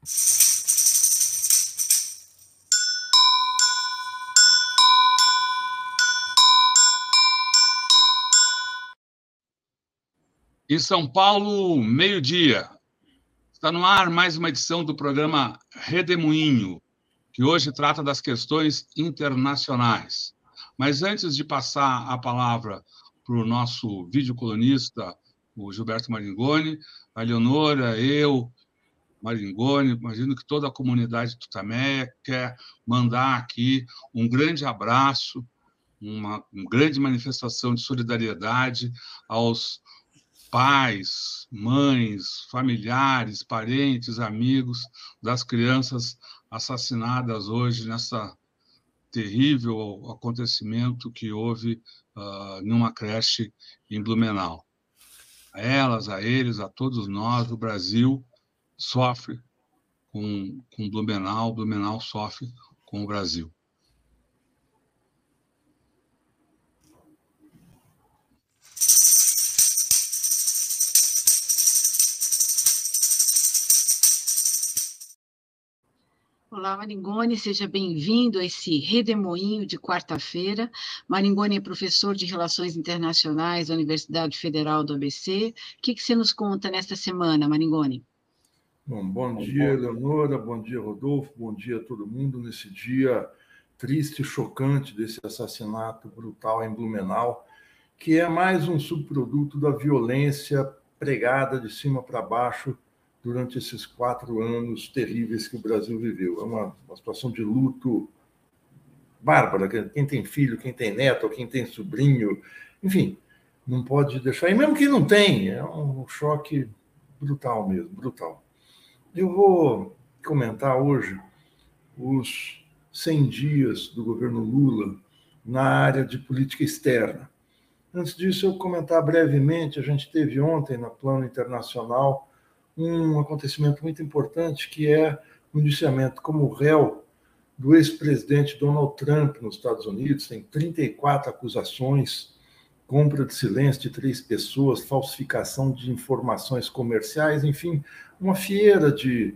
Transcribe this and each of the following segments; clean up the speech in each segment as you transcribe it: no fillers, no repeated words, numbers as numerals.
Em São Paulo, meio-dia. Está no ar mais uma edição do programa Redemoinho, que hoje trata das questões internacionais. Mas antes de passar a palavra para o nosso videocolunista, o Gilberto Maringoni, a Leonora, eu, Maringoni, imagino que toda a comunidade Tutameia quer mandar aqui um grande abraço, uma grande manifestação de solidariedade aos pais, mães, familiares, parentes, amigos das crianças assassinadas hoje nessa terrível acontecimento que houve numa creche em Blumenau. A elas, a eles, a todos nós, o Brasil sofre com Blumenau, Blumenau sofre com o Brasil. Olá, Maringoni, seja bem-vindo a esse redemoinho de quarta-feira. Maringoni é professor de Relações Internacionais da Universidade Federal do ABC. O que você nos conta nesta semana, Maringoni? Bom dia, Leonora, bom dia, Rodolfo, bom dia a todo mundo nesse dia triste e chocante desse assassinato brutal em Blumenau, que é mais um subproduto da violência pregada de cima para baixo durante esses 4 anos terríveis que o Brasil viveu. É uma situação de luto bárbara. Quem tem filho, quem tem neto, quem tem sobrinho, enfim, não pode deixar. E mesmo quem não tem, é um choque brutal mesmo, brutal. Eu vou comentar hoje os 100 dias do governo Lula na área de política externa. Antes disso, eu vou comentar brevemente, a gente teve ontem, no plano internacional, um acontecimento muito importante, que é o indiciamento como réu do ex-presidente Donald Trump nos Estados Unidos. Tem 34 acusações, compra de silêncio de 3 pessoas, falsificação de informações comerciais, enfim, uma fieira de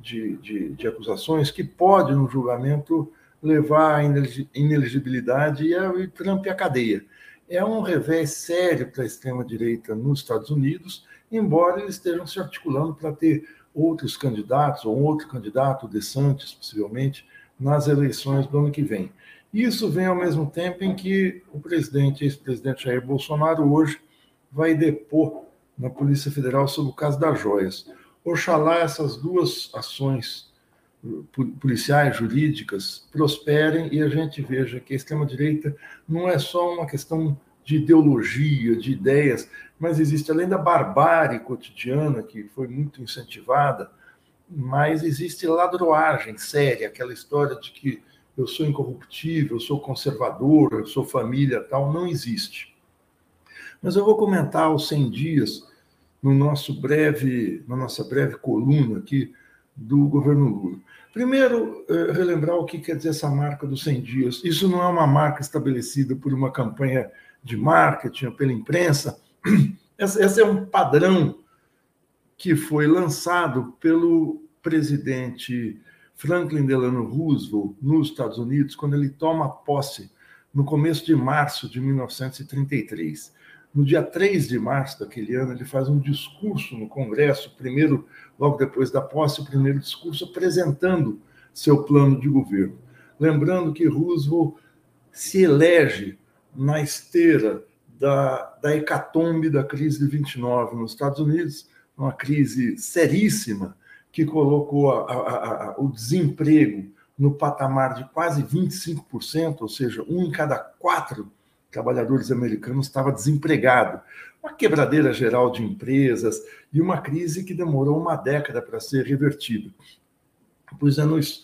acusações que pode, no julgamento, levar à inelegibilidade e Trump à cadeia. É um revés sério para a extrema-direita nos Estados Unidos, embora eles estejam se articulando para ter outros candidatos, ou um outro candidato, o DeSantis, possivelmente, nas eleições do ano que vem. Isso vem ao mesmo tempo em que o ex-presidente Jair Bolsonaro, hoje, vai depor na Polícia Federal sobre o caso das joias. Oxalá essas 2 ações policiais, jurídicas, prosperem e a gente veja que a extrema-direita não é só uma questão de ideologia, de ideias, mas existe, além da barbárie cotidiana, que foi muito incentivada, mas existe ladroagem séria, aquela história de que eu sou incorruptível, eu sou conservador, eu sou família, tal, não existe. Mas eu vou comentar os 100 dias na nossa breve coluna aqui do governo Lula. Primeiro, relembrar o que quer dizer essa marca dos 100 dias. Isso não é uma marca estabelecida por uma campanha de marketing, pela imprensa. Esse é um padrão que foi lançado pelo presidente Franklin Delano Roosevelt nos Estados Unidos, quando ele toma posse no começo de março de 1933. No dia 3 de março daquele ano, ele faz um discurso no Congresso, logo depois da posse, o primeiro discurso apresentando seu plano de governo. Lembrando que Roosevelt se elege na esteira da hecatombe da crise de 29 nos Estados Unidos, uma crise seríssima que colocou o desemprego no patamar de quase 25%, ou seja, 1 em cada 4 trabalhadores americanos estava desempregado. Uma quebradeira geral de empresas e uma crise que demorou uma década para ser revertida. Pois é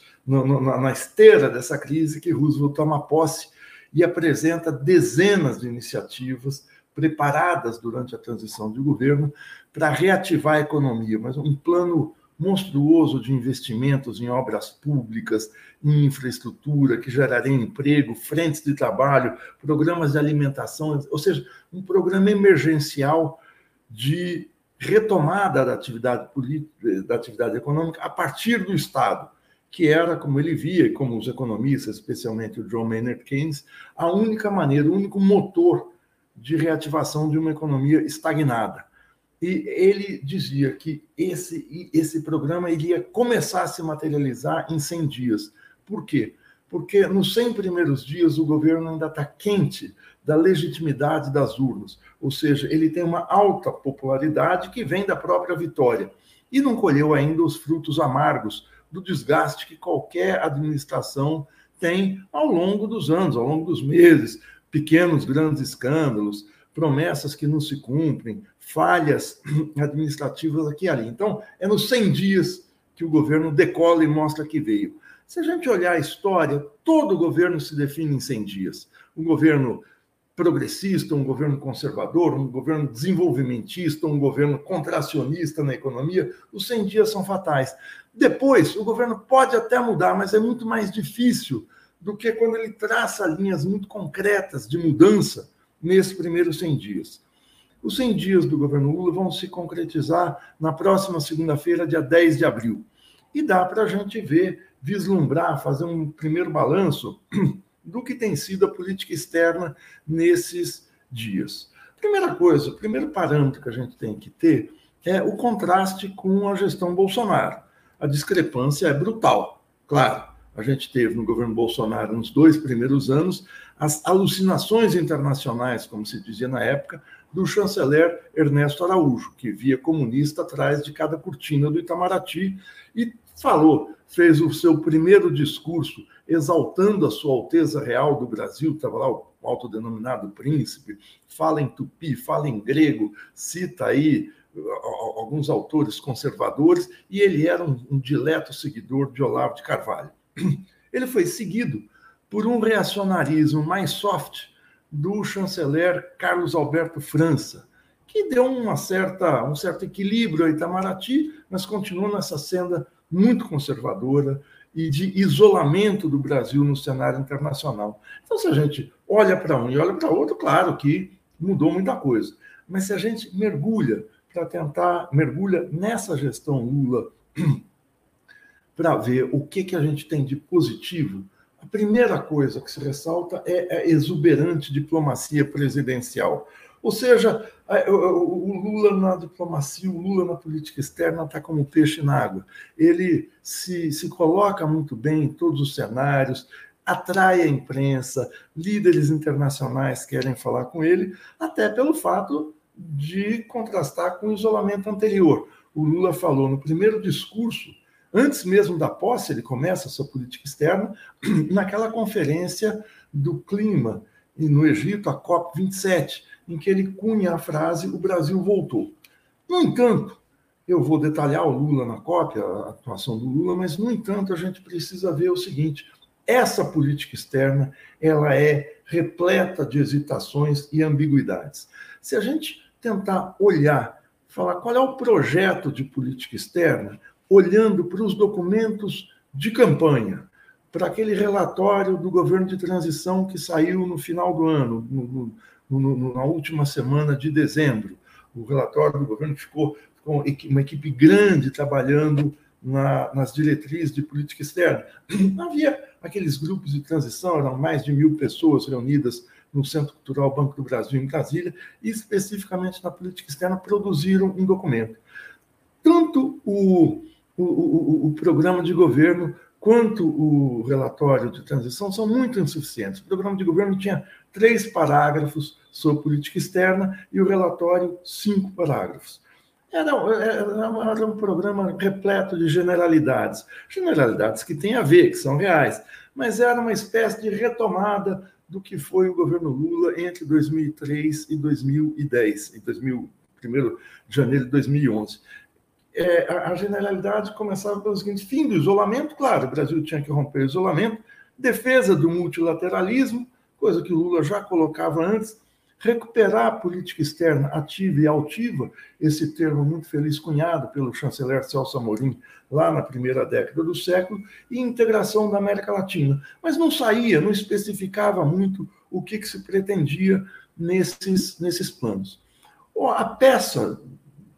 na esteira dessa crise que Roosevelt toma posse e apresenta dezenas de iniciativas preparadas durante a transição de governo para reativar a economia, mas um plano monstruoso de investimentos em obras públicas, em infraestrutura, que geraria emprego, frentes de trabalho, programas de alimentação, ou seja, um programa emergencial de retomada da atividade política, da atividade econômica a partir do Estado, que era, como ele via, e como os economistas, especialmente o John Maynard Keynes, a única maneira, o único motor de reativação de uma economia estagnada. E ele dizia que esse programa iria começar a se materializar em 100 dias. Por quê? Porque nos 100 primeiros dias o governo ainda está quente da legitimidade das urnas, ou seja, ele tem uma alta popularidade que vem da própria vitória e não colheu ainda os frutos amargos do desgaste que qualquer administração tem ao longo dos anos, ao longo dos meses, pequenos, grandes escândalos, promessas que não se cumprem, falhas administrativas aqui e ali. Então, é nos 100 dias que o governo decola e mostra que veio. Se a gente olhar a história, todo governo se define em 100 dias. Um governo progressista, um governo conservador, um governo desenvolvimentista, um governo contracionista na economia, os 100 dias são fatais. Depois, o governo pode até mudar, mas é muito mais difícil do que quando ele traça linhas muito concretas de mudança nesses primeiros 100 dias. Os 100 dias do governo Lula vão se concretizar na próxima segunda-feira, dia 10 de abril. E dá para a gente ver, vislumbrar, fazer um primeiro balanço do que tem sido a política externa nesses dias. Primeira coisa, o primeiro parâmetro que a gente tem que ter é o contraste com a gestão Bolsonaro. A discrepância é brutal. Claro, a gente teve no governo Bolsonaro, nos 2 primeiros anos, as alucinações internacionais, como se dizia na época, do chanceler Ernesto Araújo, que via comunista atrás de cada cortina do Itamaraty e fez o seu primeiro discurso exaltando a sua Alteza Real do Brasil, estava lá o autodenominado príncipe, fala em tupi, fala em grego, cita aí alguns autores conservadores, e ele era um dileto seguidor de Olavo de Carvalho. Ele foi seguido por um reacionarismo mais soft do chanceler Carlos Alberto França, que deu um certo equilíbrio ao Itamaraty, mas continua nessa senda muito conservadora e de isolamento do Brasil no cenário internacional. Então, se a gente olha para um e olha para outro, claro que mudou muita coisa. Mas se a gente mergulha nessa gestão Lula para ver o que a gente tem de positivo, a primeira coisa que se ressalta é a exuberante diplomacia presidencial. Ou seja, o Lula na diplomacia, o Lula na política externa está como peixe na água. Ele se coloca muito bem em todos os cenários, atrai a imprensa, líderes internacionais querem falar com ele, até pelo fato de contrastar com o isolamento anterior. O Lula falou no primeiro discurso, antes mesmo da posse, ele começa a sua política externa, naquela conferência do clima no Egito, a COP27, em que ele cunha a frase "o Brasil voltou". No entanto, eu vou detalhar o Lula na COP, a atuação do Lula, mas, no entanto, a gente precisa ver o seguinte: essa política externa ela é repleta de hesitações e ambiguidades. Se a gente tentar falar qual é o projeto de política externa, olhando para os documentos de campanha, para aquele relatório do governo de transição que saiu no final do ano, na última semana de dezembro, o relatório do governo que ficou com uma equipe grande trabalhando nas diretrizes de política externa. Havia aqueles grupos de transição, eram mais de 1.000 pessoas reunidas no Centro Cultural Banco do Brasil, em Brasília, e especificamente na política externa produziram um documento. Tanto o programa de governo quanto o relatório de transição são muito insuficientes. O programa de governo tinha 3 parágrafos sobre política externa e o relatório 5 parágrafos. Era um programa repleto de generalidades que têm a ver, que são reais, mas era uma espécie de retomada do que foi o governo Lula entre 2003 e 2010, em 1º de janeiro de 2011. A generalidade começava pelo seguinte: fim do isolamento, claro, o Brasil tinha que romper o isolamento, defesa do multilateralismo, coisa que o Lula já colocava antes, recuperar a política externa ativa e altiva, esse termo muito feliz cunhado pelo chanceler Celso Amorim lá na primeira década do século, e integração da América Latina. Mas não especificava muito o que se pretendia nesses planos. A peça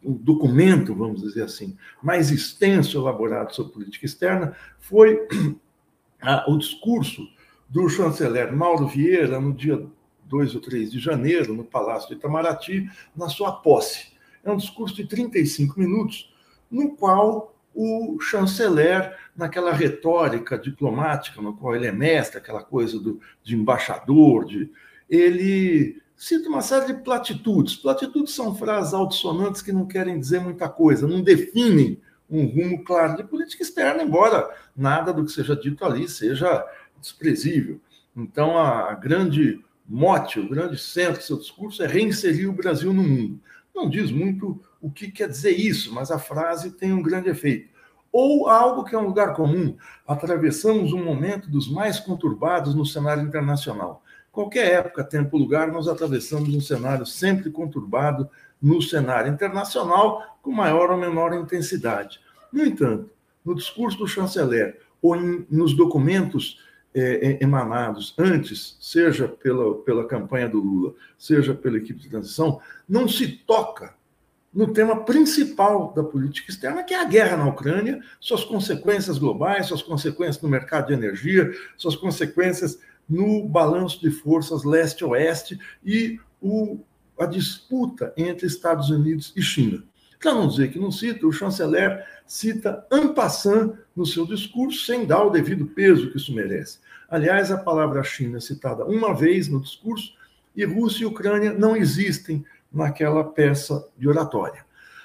documento, vamos dizer assim, mais extenso elaborado sobre política externa foi o discurso do chanceler Mauro Vieira, no dia 2 ou 3 de janeiro, no Palácio de Itamaraty, na sua posse. É um discurso de 35 minutos, no qual o chanceler, naquela retórica diplomática, no qual ele é mestre, aquela coisa de embaixador, ele cita uma série de platitudes. Platitudes são frases altissonantes que não querem dizer muita coisa, não definem um rumo claro de política externa, embora nada do que seja dito ali seja desprezível. Então, a grande mote, o grande centro do seu discurso é reinserir o Brasil no mundo. Não diz muito o que quer dizer isso, mas a frase tem um grande efeito. Ou algo que é um lugar comum: atravessamos um momento dos mais conturbados no cenário internacional. Qualquer época, tempo, lugar, nós atravessamos um cenário sempre conturbado no cenário internacional, com maior ou menor intensidade. No entanto, no discurso do chanceler, ou nos documentos emanados antes, seja pela campanha do Lula, seja pela equipe de transição, não se toca no tema principal da política externa, que é a guerra na Ucrânia, suas consequências globais, suas consequências no mercado de energia, suas consequências no balanço de forças leste-oeste e a disputa entre Estados Unidos e China. Para não dizer que não cita, o chanceler cita en passant no seu discurso, sem dar o devido peso que isso merece. Aliás, a palavra China é citada uma vez no discurso, e Rússia e Ucrânia não existem naquela peça de oratória.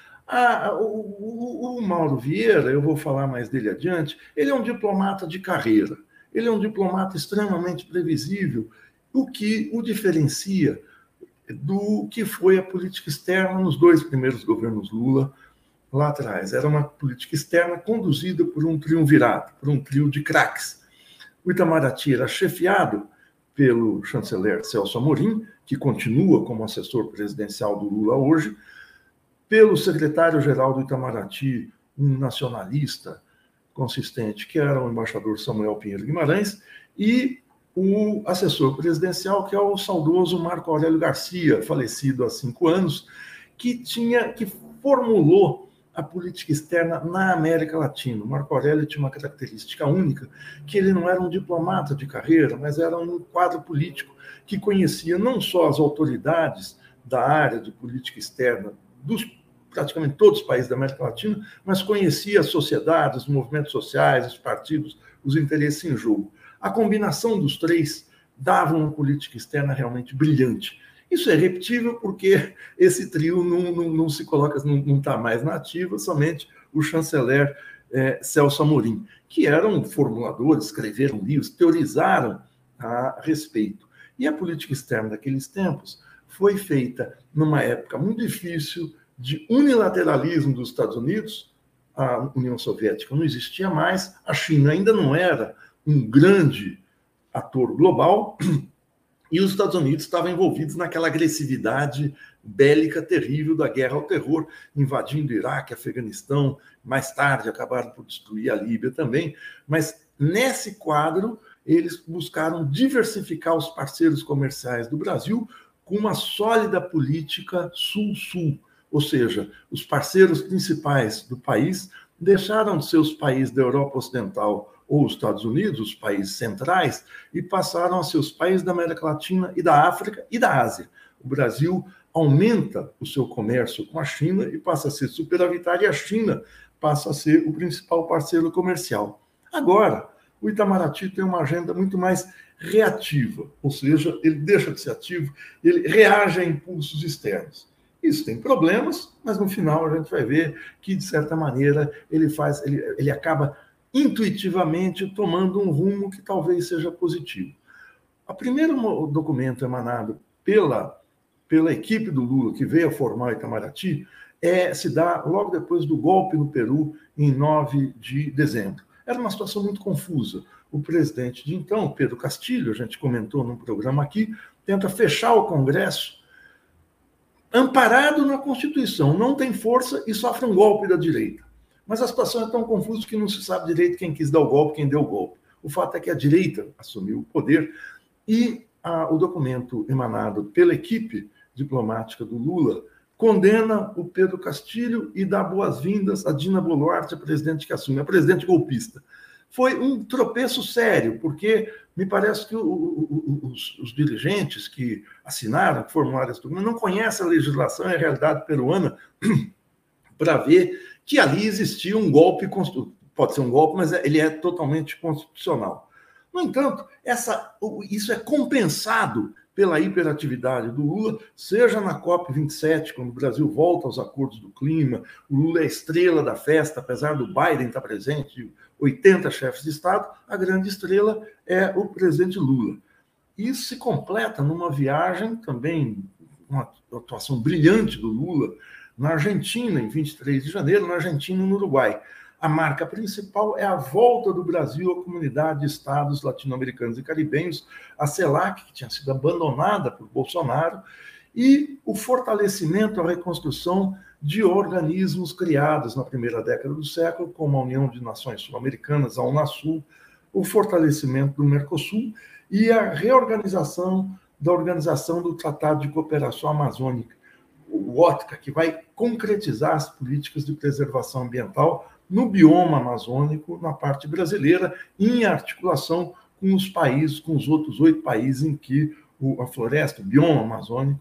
O Mauro Vieira, eu vou falar mais dele adiante, ele é um diplomata de carreira, ele é um diplomata extremamente previsível, o que o diferencia do que foi a política externa nos 2 primeiros governos Lula lá atrás. Era uma política externa conduzida por um triunvirato, por um trio de craques. O Itamaraty era chefiado pelo chanceler Celso Amorim, que continua como assessor presidencial do Lula hoje, pelo secretário-geral do Itamaraty, um nacionalista consistente, que era o embaixador Samuel Pinheiro Guimarães, e o assessor presidencial, que é o saudoso Marco Aurélio Garcia, falecido há 5 anos, que formulou a política externa na América Latina. O Marco Aurélio tinha uma característica única, que ele não era um diplomata de carreira, mas era um quadro político que conhecia não só as autoridades da área de política externa dos praticamente todos os países da América Latina, mas conhecia a sociedade, os movimentos sociais, os partidos, os interesses em jogo. A combinação dos 3 dava uma política externa realmente brilhante. Isso é repetível porque esse trio não se coloca, não está mais na ativa, somente o chanceler Celso Amorim, que eram formuladores, escreveram livros, teorizaram a respeito. E a política externa daqueles tempos foi feita numa época muito difícil de unilateralismo dos Estados Unidos. A União Soviética não existia mais, a China ainda não era um grande ator global, e os Estados Unidos estavam envolvidos naquela agressividade bélica terrível da guerra ao terror, invadindo Iraque, Afeganistão, mais tarde acabaram por destruir a Líbia também, mas nesse quadro eles buscaram diversificar os parceiros comerciais do Brasil com uma sólida política sul-sul, ou seja, os parceiros principais do país deixaram de ser os países da Europa Ocidental ou os Estados Unidos, os países centrais, e passaram a ser os países da América Latina e da África e da Ásia. O Brasil aumenta o seu comércio com a China e passa a ser superavitário, e a China passa a ser o principal parceiro comercial. Agora, o Itamaraty tem uma agenda muito mais reativa, ou seja, ele deixa de ser ativo, ele reage a impulsos externos. Isso tem problemas, mas no final a gente vai ver que, de certa maneira, ele acaba intuitivamente tomando um rumo que talvez seja positivo. O primeiro documento emanado pela equipe do Lula, que veio a formar o Itamaraty, se dá logo depois do golpe no Peru, em 9 de dezembro. Era uma situação muito confusa. O presidente de então, Pedro Castilho, a gente comentou num programa aqui, tenta fechar o Congresso amparado na Constituição, não tem força e sofre um golpe da direita. Mas a situação é tão confusa que não se sabe direito quem quis dar o golpe, quem deu o golpe. O fato é que a direita assumiu o poder e o documento emanado pela equipe diplomática do Lula condena o Pedro Castilho e dá boas-vindas a Dina Boluarte, a presidente que assume, a presidente golpista. Foi um tropeço sério, porque me parece que os dirigentes que assinaram, que formaram esse documento, não conhecem a legislação e a realidade peruana para ver que ali existia um golpe, pode ser um golpe, mas ele é totalmente constitucional. No entanto, isso é compensado pela hiperatividade do Lula, seja na COP27, quando o Brasil volta aos acordos do clima, o Lula é a estrela da festa, apesar do Biden estar presente, 80 chefes de Estado, a grande estrela é o presidente Lula. Isso se completa numa viagem também, uma atuação brilhante do Lula na Argentina, em 23 de janeiro, na Argentina e no Uruguai. A marca principal é a volta do Brasil à comunidade de estados latino-americanos e caribenhos, a CELAC, que tinha sido abandonada por Bolsonaro, e o fortalecimento, a reconstrução de organismos criados na primeira década do século, como a União de Nações Sul-Americanas, a Unasul, o fortalecimento do Mercosul e a reorganização da Organização do Tratado de Cooperação Amazônica, o OTCA, que vai concretizar as políticas de preservação ambiental no bioma amazônico, na parte brasileira, em articulação com os países, com os outros 8 países em que a floresta, o bioma amazônico,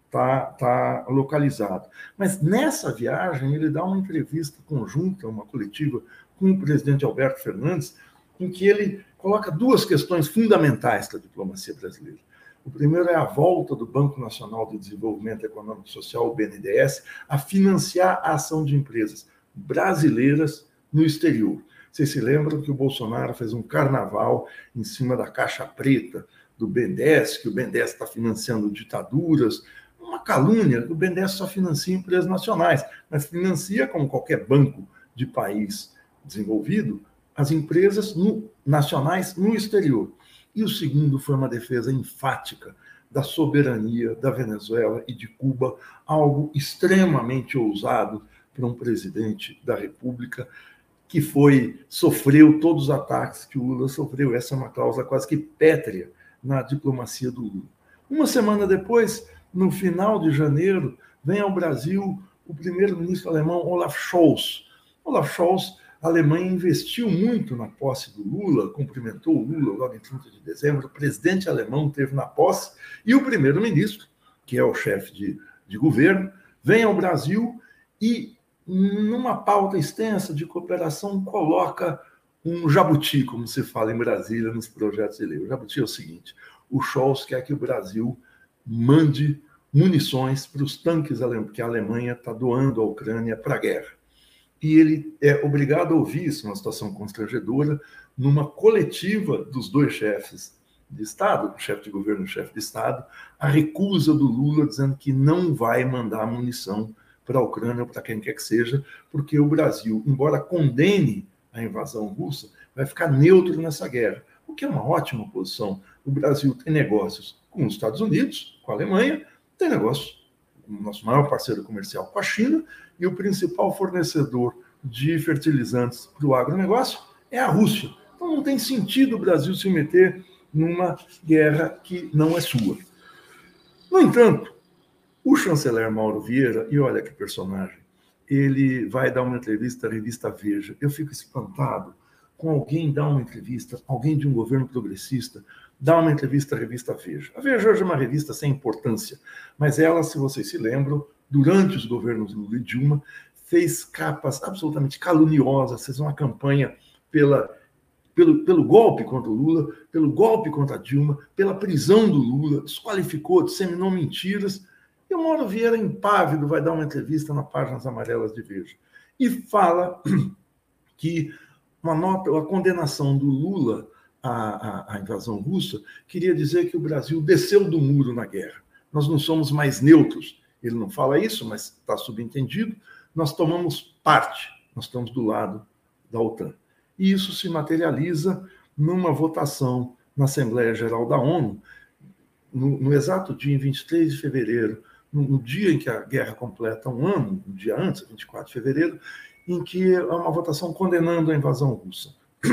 está localizado. Mas nessa viagem ele dá uma entrevista conjunta, uma coletiva, com o presidente Alberto Fernandes, em que ele coloca 2 questões fundamentais da diplomacia brasileira. O primeiro é a volta do Banco Nacional de Desenvolvimento Econômico e Social, o BNDES, a financiar a ação de empresas brasileiras no exterior. Vocês se lembram que o Bolsonaro fez um carnaval em cima da caixa preta do BNDES, que o BNDES está financiando ditaduras, uma calúnia, que o BNDES só financia empresas nacionais, mas financia, como qualquer banco de país desenvolvido, as empresas nacionais no exterior. E o segundo foi uma defesa enfática da soberania da Venezuela e de Cuba, algo extremamente ousado para um presidente da República que sofreu todos os ataques que o Lula sofreu. Essa é uma cláusula quase que pétrea na diplomacia do Lula. Uma semana depois, no final de janeiro, vem ao Brasil o primeiro-ministro alemão Olaf Scholz. Olaf Scholz, a Alemanha investiu muito na posse do Lula, cumprimentou o Lula logo em 30 de dezembro, o presidente alemão esteve na posse, e o primeiro-ministro, que é o chefe de governo, vem ao Brasil e, numa pauta extensa de cooperação, coloca um jabuti, como se fala em Brasília nos projetos de lei. O jabuti é o seguinte: o Scholz quer que o Brasil mande munições para os tanques que a Alemanha está doando à Ucrânia para a guerra. E ele é obrigado a ouvir isso, uma situação constrangedora, numa coletiva dos 2 chefes de Estado, o chefe de governo e o chefe de Estado, a recusa do Lula, dizendo que não vai mandar munição para a Ucrânia ou para quem quer que seja, porque o Brasil, embora condene a invasão russa, vai ficar neutro nessa guerra, o que é uma ótima posição. O Brasil tem negócios com os Estados Unidos, com a Alemanha, tem negócios com o nosso maior parceiro comercial, com a China, e o principal fornecedor de fertilizantes para o agronegócio é a Rússia. Então não tem sentido o Brasil se meter numa guerra que não é sua. No entanto, o chanceler Mauro Vieira, e olha que personagem, ele vai dar uma entrevista à revista Veja. Eu fico espantado com alguém dar uma entrevista, alguém de um governo progressista, dar uma entrevista à revista Veja. A Veja hoje é uma revista sem importância, mas ela, se vocês se lembram, durante os governos Lula e Dilma, fez capas absolutamente caluniosas, fez uma campanha pelo golpe contra o Lula, pelo golpe contra a Dilma, pela prisão do Lula, desqualificou, disseminou mentiras. E o Mauro Vieira, impávido, vai dar uma entrevista na Páginas Amarelas de Veja e fala que a condenação do Lula à invasão russa queria dizer que o Brasil desceu do muro na guerra. Nós não somos mais neutros. Ele não fala isso, mas está subentendido. Nós tomamos parte, nós estamos do lado da OTAN. E isso se materializa numa votação na Assembleia Geral da ONU, no exato dia, em 23 de fevereiro, no dia em que a guerra completa um ano, um dia antes, 24 de fevereiro, em que há uma votação condenando a invasão russa.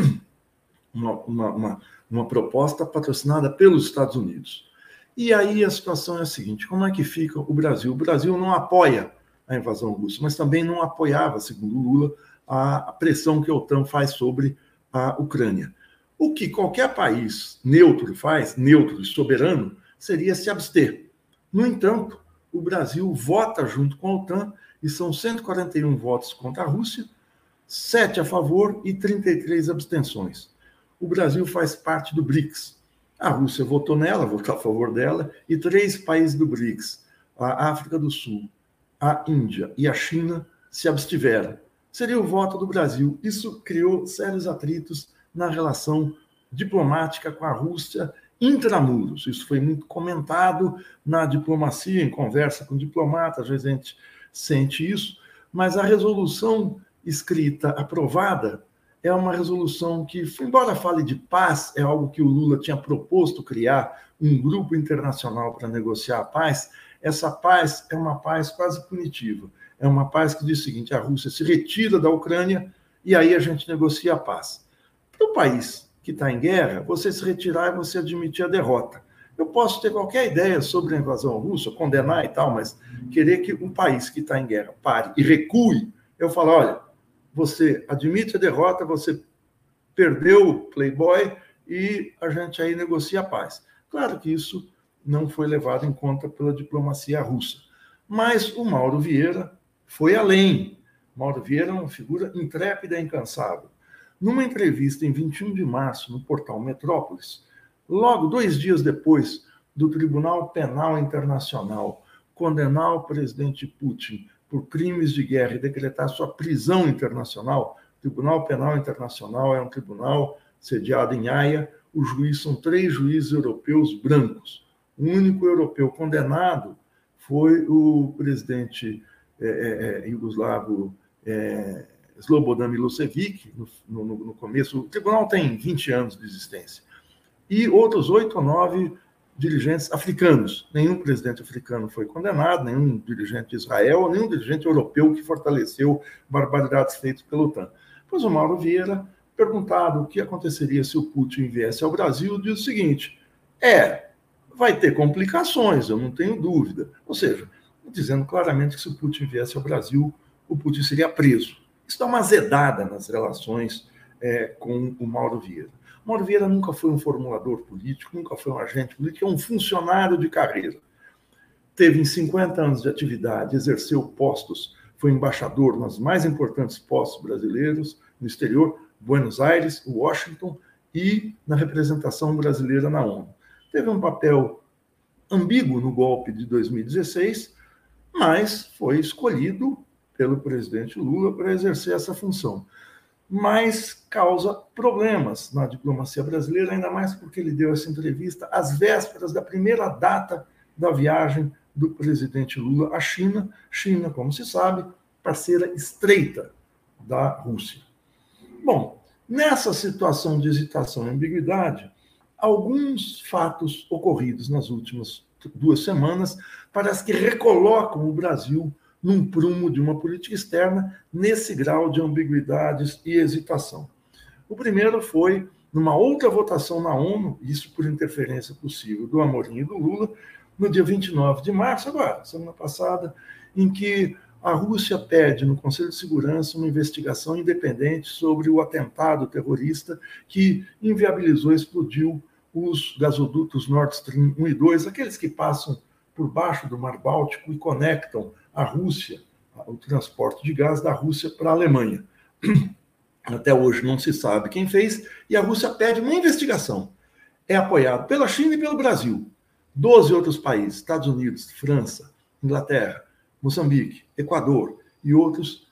Uma proposta patrocinada pelos Estados Unidos. E aí a situação é a seguinte: como é que fica o Brasil? O Brasil não apoia a invasão russa, mas também não apoiava, segundo Lula, a pressão que a OTAN faz sobre a Ucrânia. O que qualquer país neutro faz, neutro e soberano, seria se abster. No entanto, o Brasil vota junto com a OTAN e são 141 votos contra a Rússia, 7 a favor e 33 abstenções. O Brasil faz parte do BRICS. A Rússia votou nela, votou a favor dela, e 3 países do BRICS, a África do Sul, a Índia e a China, se abstiveram. Seria o voto do Brasil. Isso criou sérios atritos na relação diplomática com a Rússia intramuros. Isso foi muito comentado na diplomacia, em conversa com diplomatas, às vezes a gente sente isso, mas a resolução escrita, aprovada, é uma resolução que, embora fale de paz, é algo que o Lula tinha proposto criar, um grupo internacional para negociar a paz. Essa paz é uma paz quase punitiva. É uma paz que diz o seguinte: a Rússia se retira da Ucrânia e aí a gente negocia a paz. Para o país que está em guerra, você se retirar e você admitir a derrota. Eu posso ter qualquer ideia sobre a invasão russa, condenar e tal, mas querer que um país que está em guerra pare e recue, eu falo, olha, você admite a derrota, você perdeu o Playboy e a gente aí negocia a paz. Claro que isso não foi levado em conta pela diplomacia russa. Mas o Mauro Vieira foi além. Mauro Vieira é uma figura intrépida e incansável. Numa entrevista em 21 de março, no portal Metrópolis, logo 2 dias depois do Tribunal Penal Internacional condenar o presidente Putin por crimes de guerra e decretar sua prisão internacional, o Tribunal Penal Internacional é um tribunal sediado em Haia, os juízes são 3 juízes europeus brancos. O único europeu condenado foi o presidente iugoslavo Slobodan Milosevic, no começo. O tribunal tem 20 anos de existência. E outros 8 ou 9 dirigentes africanos. Nenhum presidente africano foi condenado, nenhum dirigente de Israel, nenhum dirigente europeu que fortaleceu barbaridades feitas pela OTAN. Pois o Mauro Vieira, perguntado o que aconteceria se o Putin viesse ao Brasil, diz o seguinte: vai ter complicações, eu não tenho dúvida. Ou seja, dizendo claramente que se o Putin viesse ao Brasil, o Putin seria preso. Isso dá uma azedada nas relações com o Mauro Vieira. O Mauro Vieira nunca foi um formulador político, nunca foi um agente político, é um funcionário de carreira. Teve em 50 anos de atividade, exerceu postos, foi embaixador nos mais importantes postos brasileiros no exterior, Buenos Aires, Washington e na representação brasileira na ONU. Teve um papel ambíguo no golpe de 2016, mas foi escolhido pelo presidente Lula para exercer essa função. Mas causa problemas na diplomacia brasileira, ainda mais porque ele deu essa entrevista às vésperas da primeira data da viagem do presidente Lula à China. China, como se sabe, parceira estreita da Rússia. Bom, nessa situação de hesitação e ambiguidade, alguns fatos ocorridos nas últimas 2 semanas parece que recolocam o Brasil num prumo de uma política externa nesse grau de ambiguidades e hesitação. O primeiro foi numa outra votação na ONU, isso por interferência possível do Amorim e do Lula, no dia 29 de março, agora, semana passada, em que a Rússia pede no Conselho de Segurança uma investigação independente sobre o atentado terrorista que inviabilizou e explodiu os gasodutos Nord Stream 1 e 2, aqueles que passam por baixo do Mar Báltico e conectam a Rússia, o transporte de gás da Rússia para a Alemanha. Até hoje não se sabe quem fez, e a Rússia pede uma investigação. É apoiado pela China e pelo Brasil. 12 outros países, Estados Unidos, França, Inglaterra, Moçambique, Equador e outros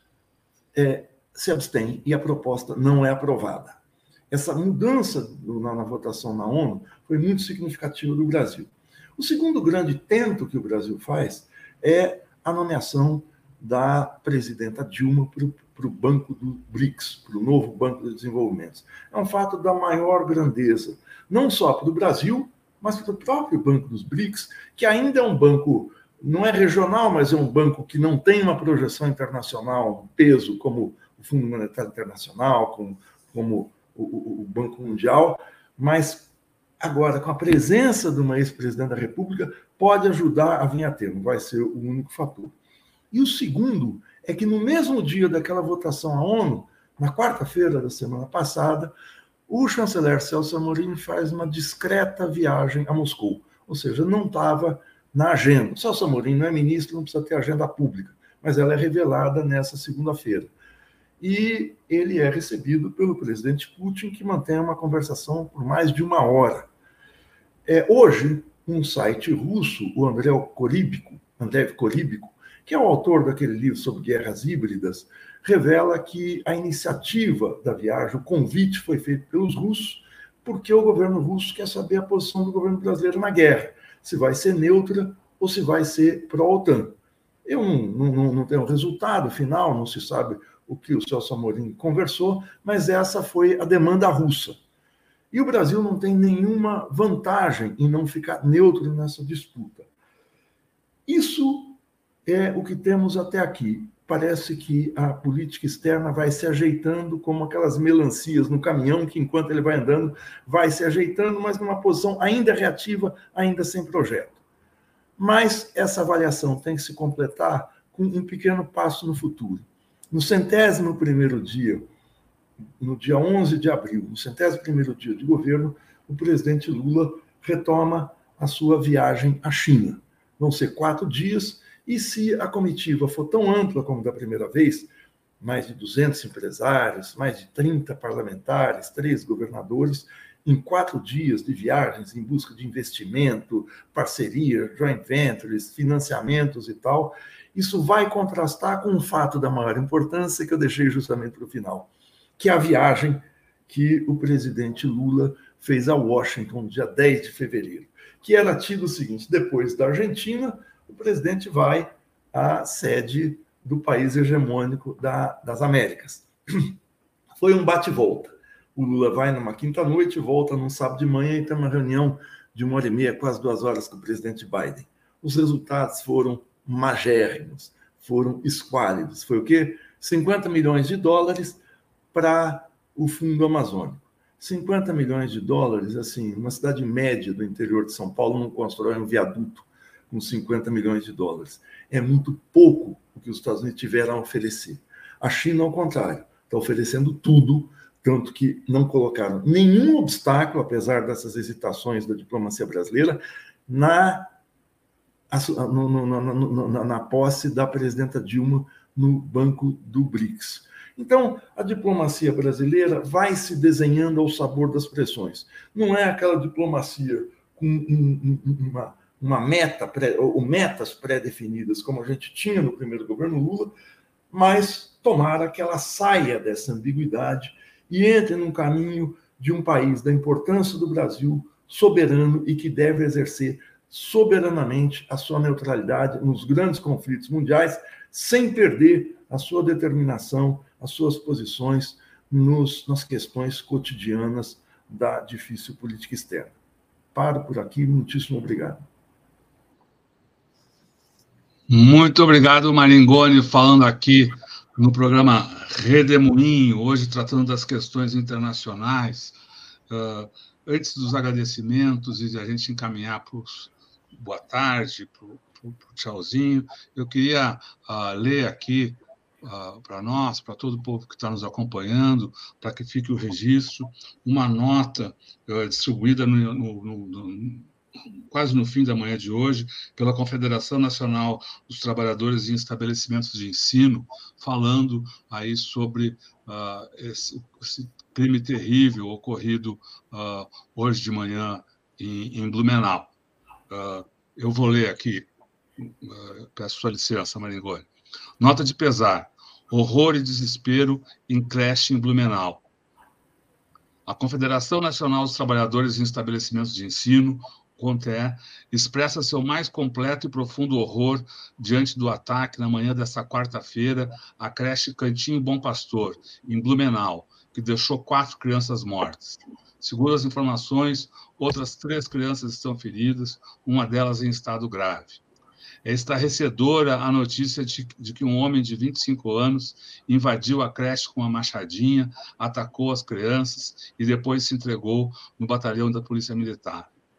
se abstêm e a proposta não é aprovada. Essa mudança na votação na ONU foi muito significativa do Brasil. O segundo grande tento que o Brasil faz é a nomeação da presidenta Dilma para o Banco do BRICS, para o novo Banco de Desenvolvimento. É um fato da maior grandeza, não só para o Brasil, mas para o próprio Banco dos BRICS, que ainda é um banco, não é regional, mas é um banco que não tem uma projeção internacional, um peso como o Fundo Monetário Internacional, como o Banco Mundial, mas agora, com a presença de uma ex-presidente da República, pode ajudar a vir a ter, não vai ser o único fator. E o segundo é que no mesmo dia daquela votação à ONU, na quarta-feira da semana passada, o chanceler Celso Amorim faz uma discreta viagem a Moscou, ou seja, não estava na agenda. O Celso Amorim não é ministro, não precisa ter agenda pública, mas ela é revelada nessa segunda-feira. E ele é recebido pelo presidente Putin, que mantém uma conversação por mais de 1 hora. Hoje, um site russo, o Andrei Korybico, que é o autor daquele livro sobre guerras híbridas, revela que a iniciativa da viagem, o convite foi feito pelos russos, porque o governo russo quer saber a posição do governo brasileiro na guerra, se vai ser neutra ou se vai ser pró-OTAN. Eu não tenho resultado final, não se sabe o que o Celso Amorim conversou, mas essa foi a demanda russa. E o Brasil não tem nenhuma vantagem em não ficar neutro nessa disputa. Isso é o que temos até aqui. Parece que a política externa vai se ajeitando como aquelas melancias no caminhão, que enquanto ele vai andando, vai se ajeitando, mas numa posição ainda reativa, ainda sem projeto. Mas essa avaliação tem que se completar com um pequeno passo no futuro. No 101º dia, no dia 11 de abril, no 101º dia de governo, o presidente Lula retoma a sua viagem à China. Vão ser 4 dias, e se a comitiva for tão ampla como da primeira vez, mais de 200 empresários, mais de 30 parlamentares, 3 governadores, em 4 dias de viagens em busca de investimento, parceria, joint ventures, financiamentos e tal, isso vai contrastar com um fato da maior importância que eu deixei justamente para o final, que é a viagem que o presidente Lula fez a Washington, dia 10 de fevereiro, que era tido o seguinte: depois da Argentina, o presidente vai à sede do país hegemônico das Américas. Foi um bate-volta. O Lula vai numa quinta-noite, volta num sábado de manhã e tem uma reunião de 1h30, quase 2 horas com o presidente Biden. Os resultados foram magérrimos, foram esquálidos. Foi o quê? 50 milhões de dólares para o Fundo Amazônico. 50 milhões de dólares, assim, uma cidade média do interior de São Paulo não constrói um viaduto com 50 milhões de dólares. É muito pouco o que os Estados Unidos tiveram a oferecer. A China, ao contrário, está oferecendo tudo, tanto que não colocaram nenhum obstáculo, apesar dessas hesitações da diplomacia brasileira, na posse da presidenta Dilma no Banco do BRICS. Então, a diplomacia brasileira vai se desenhando ao sabor das pressões. Não é aquela diplomacia com uma meta, ou metas pré-definidas, como a gente tinha no primeiro governo Lula, mas tomara que ela saia dessa ambiguidade e entre num caminho de um país da importância do Brasil, soberano e que deve exercer soberanamente a sua neutralidade nos grandes conflitos mundiais, sem perder a sua determinação, as suas posições nas questões cotidianas da difícil política externa. Paro por aqui, muitíssimo obrigado. Muito obrigado, Maringoni, falando aqui no programa Redemoinho, hoje tratando das questões internacionais. Antes dos agradecimentos e de a gente encaminhar para os boa tarde, para o tchauzinho, eu queria ler aqui para nós, para todo o povo que está nos acompanhando, para que fique o registro, uma nota distribuída quase no fim da manhã de hoje, pela Confederação Nacional dos Trabalhadores em Estabelecimentos de Ensino, falando aí sobre esse crime terrível ocorrido hoje de manhã em Blumenau. Eu vou ler aqui, peço sua licença, Maringoni. Nota de pesar: horror e desespero em creche em Blumenau. A Confederação Nacional dos Trabalhadores em Estabelecimentos de Ensino, CONTE, expressa seu mais completo e profundo horror diante do ataque na manhã desta quarta-feira à creche Cantinho Bom Pastor, em Blumenau, que deixou 4 crianças mortas. Segundo as informações, outras 3 crianças estão feridas, uma delas em estado grave. É estarrecedora a notícia de que um homem de 25 anos invadiu a creche com uma machadinha, atacou as crianças e depois se entregou no batalhão da Polícia Militar.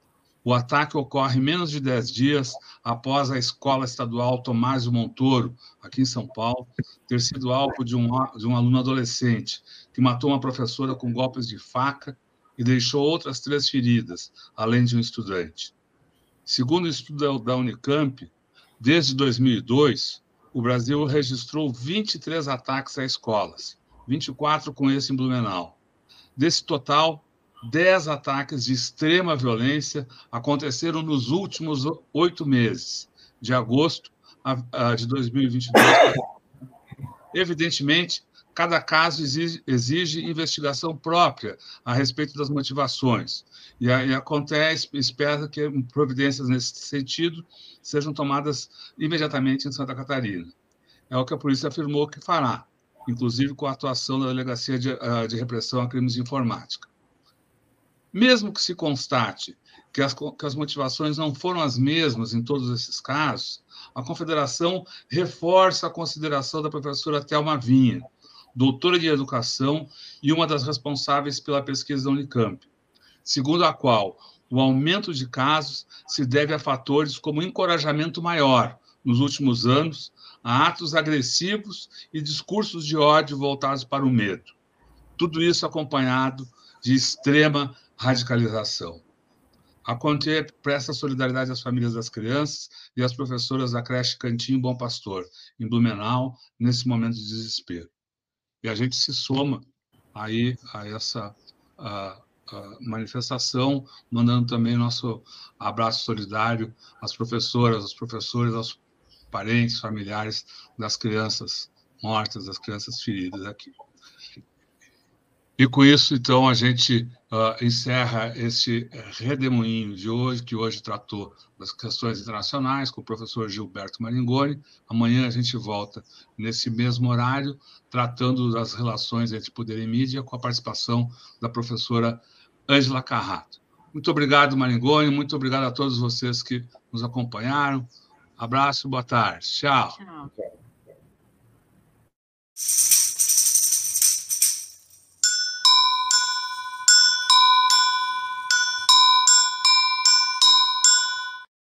O ataque ocorre menos de 10 dias após a Escola Estadual Tomásio Montoro, aqui em São Paulo, ter sido alvo de um aluno adolescente que matou uma professora com golpes de faca e deixou outras 3 feridas, além de um estudante. Segundo o estudo da Unicamp, desde 2002, o Brasil registrou 23 ataques a escolas, 24 com esse em Blumenau. Desse total, 10 ataques de extrema violência aconteceram nos últimos 8 meses, de agosto de 2022. Evidentemente, cada caso exige investigação própria a respeito das motivações. E acontece, espera que providências nesse sentido sejam tomadas imediatamente em Santa Catarina. É o que a polícia afirmou que fará, inclusive com a atuação da Delegacia de Repressão a Crimes de Informática. Mesmo que se constate que as motivações não foram as mesmas em todos esses casos, a Confederação reforça a consideração da professora Thelma Vinha, doutora de Educação e uma das responsáveis pela pesquisa da Unicamp, segundo a qual o aumento de casos se deve a fatores como encorajamento maior, nos últimos anos, a atos agressivos e discursos de ódio voltados para o medo. Tudo isso acompanhado de extrema radicalização. A Conte presta solidariedade às famílias das crianças e às professoras da creche Cantinho Bom Pastor, em Blumenau, nesse momento de desespero. E a gente se soma aí a essa manifestação, mandando também nosso abraço solidário às professoras, aos professores, aos parentes, familiares das crianças mortas, das crianças feridas aqui. E com isso, então, a gente encerra este redemoinho de hoje, que hoje tratou das questões internacionais, com o professor Gilberto Maringoni. Amanhã a gente volta nesse mesmo horário, tratando das relações entre poder e mídia, com a participação da professora Ângela Carrato. Muito obrigado, Maringoni, muito obrigado a todos vocês que nos acompanharam. Abraço, boa tarde. Tchau. Tchau.